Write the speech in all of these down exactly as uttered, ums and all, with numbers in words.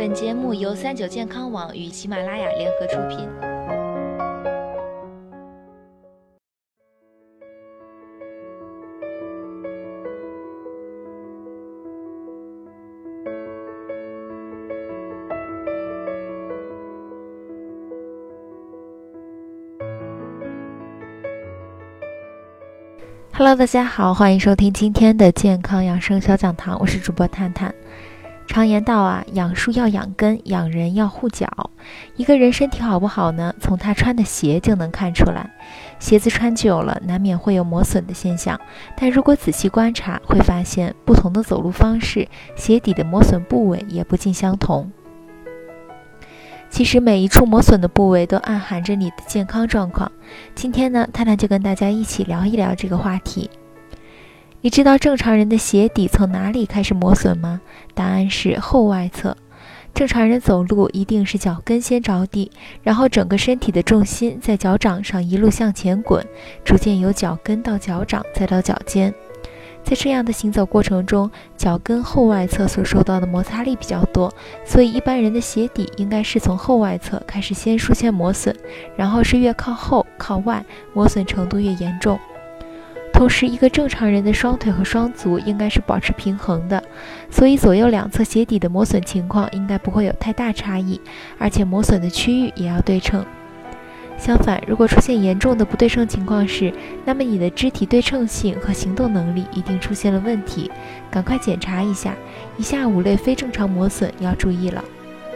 本节目由三九健康网与喜马拉雅联合出品。Hello， 大家好，欢迎收听今天的健康养生小讲堂，我是主播探探。常言道啊，养树要养根，养人要护脚。一个人身体好不好呢？从他穿的鞋就能看出来。鞋子穿久了，难免会有磨损的现象，但如果仔细观察，会发现不同的走路方式，鞋底的磨损部位也不尽相同。其实每一处磨损的部位都暗含着你的健康状况。今天呢，探探就跟大家一起聊一聊这个话题。你知道正常人的鞋底从哪里开始磨损吗？答案是后外侧。正常人走路一定是脚跟先着地，然后整个身体的重心在脚掌上一路向前滚，逐渐由脚跟到脚掌，再到脚尖。在这样的行走过程中，脚跟后外侧所受到的摩擦力比较多，所以一般人的鞋底应该是从后外侧开始先出现磨损，然后是越靠后靠外，磨损程度越严重。同时，一个正常人的双腿和双足应该是保持平衡的，所以左右两侧鞋底的磨损情况应该不会有太大差异，而且磨损的区域也要对称。相反，如果出现严重的不对称情况时，那么你的肢体对称性和行动能力一定出现了问题，赶快检查一下。以下五类非正常磨损要注意了。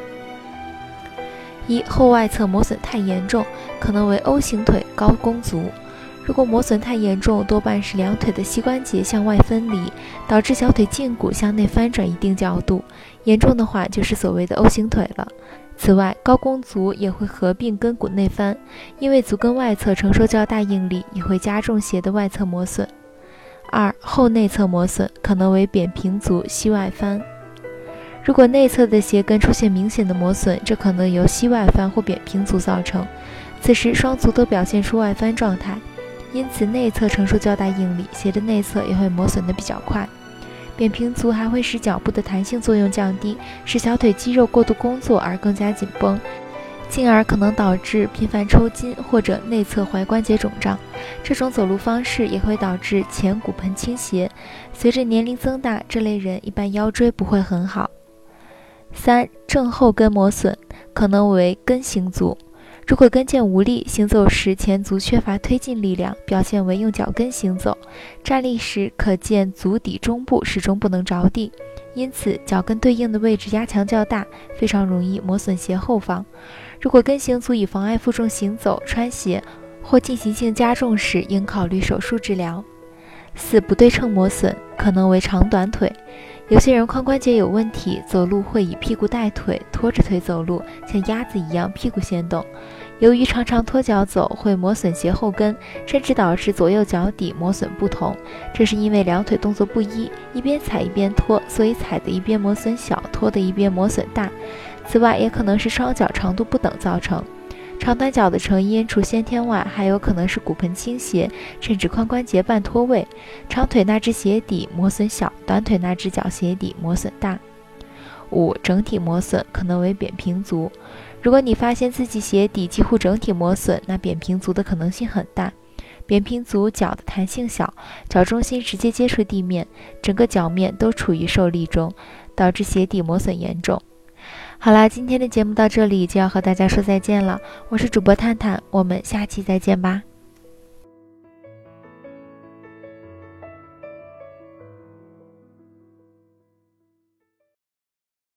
一、后外侧磨损太严重，可能为 O 型腿、高弓足。如果磨损太严重，多半是两腿的膝关节向外分离，导致小腿胫骨向内翻转一定角度，严重的话就是所谓的 O 型腿了。此外，高弓足也会合并跟骨内翻，因为足跟外侧承受较大应力，也会加重鞋的外侧磨损。二、后内侧磨损可能为扁平足、膝外翻。如果内侧的鞋跟出现明显的磨损，这可能由膝外翻或扁平足造成，此时双足都表现出外翻状态，因此内侧承受较大应力，鞋的内侧也会磨损得比较快。扁平足还会使脚部的弹性作用降低，使小腿肌肉过度工作而更加紧绷，进而可能导致频繁抽筋或者内侧踝关节肿胀。这种走路方式也会导致前骨盆倾斜，随着年龄增大，这类人一般腰椎不会很好。三、正后跟磨损可能为跟形足。如果跟腱无力，行走时前足缺乏推进力量，表现为用脚跟行走，站立时可见足底中部始终不能着地，因此脚跟对应的位置压强较大，非常容易磨损鞋后方。如果跟形足以妨碍负重行走、穿鞋或进行性加重时，应考虑手术治疗。四、不对称磨损可能为长短腿。有些人髋关节有问题，走路会以屁股带腿，拖着腿走路，像鸭子一样屁股先动。由于常常拖脚走，会磨损鞋后跟，甚至导致左右脚底磨损不同。这是因为两腿动作不一，一边踩一边拖，所以踩的一边磨损小，拖的一边磨损大。此外，也可能是双脚长度不等造成。长短脚的成因除先天外，还有可能是骨盆倾斜，甚至髋关节半脱位。长腿那只鞋底磨损小，短腿那只脚鞋底磨损大。五、整体磨损可能为扁平足。如果你发现自己鞋底几乎整体磨损，那扁平足的可能性很大。扁平足脚的弹性小，脚中心直接接触地面，整个脚面都处于受力中，导致鞋底磨损严重。好啦，今天的节目到这里就要和大家说再见了，我是主播探探，我们下期再见吧。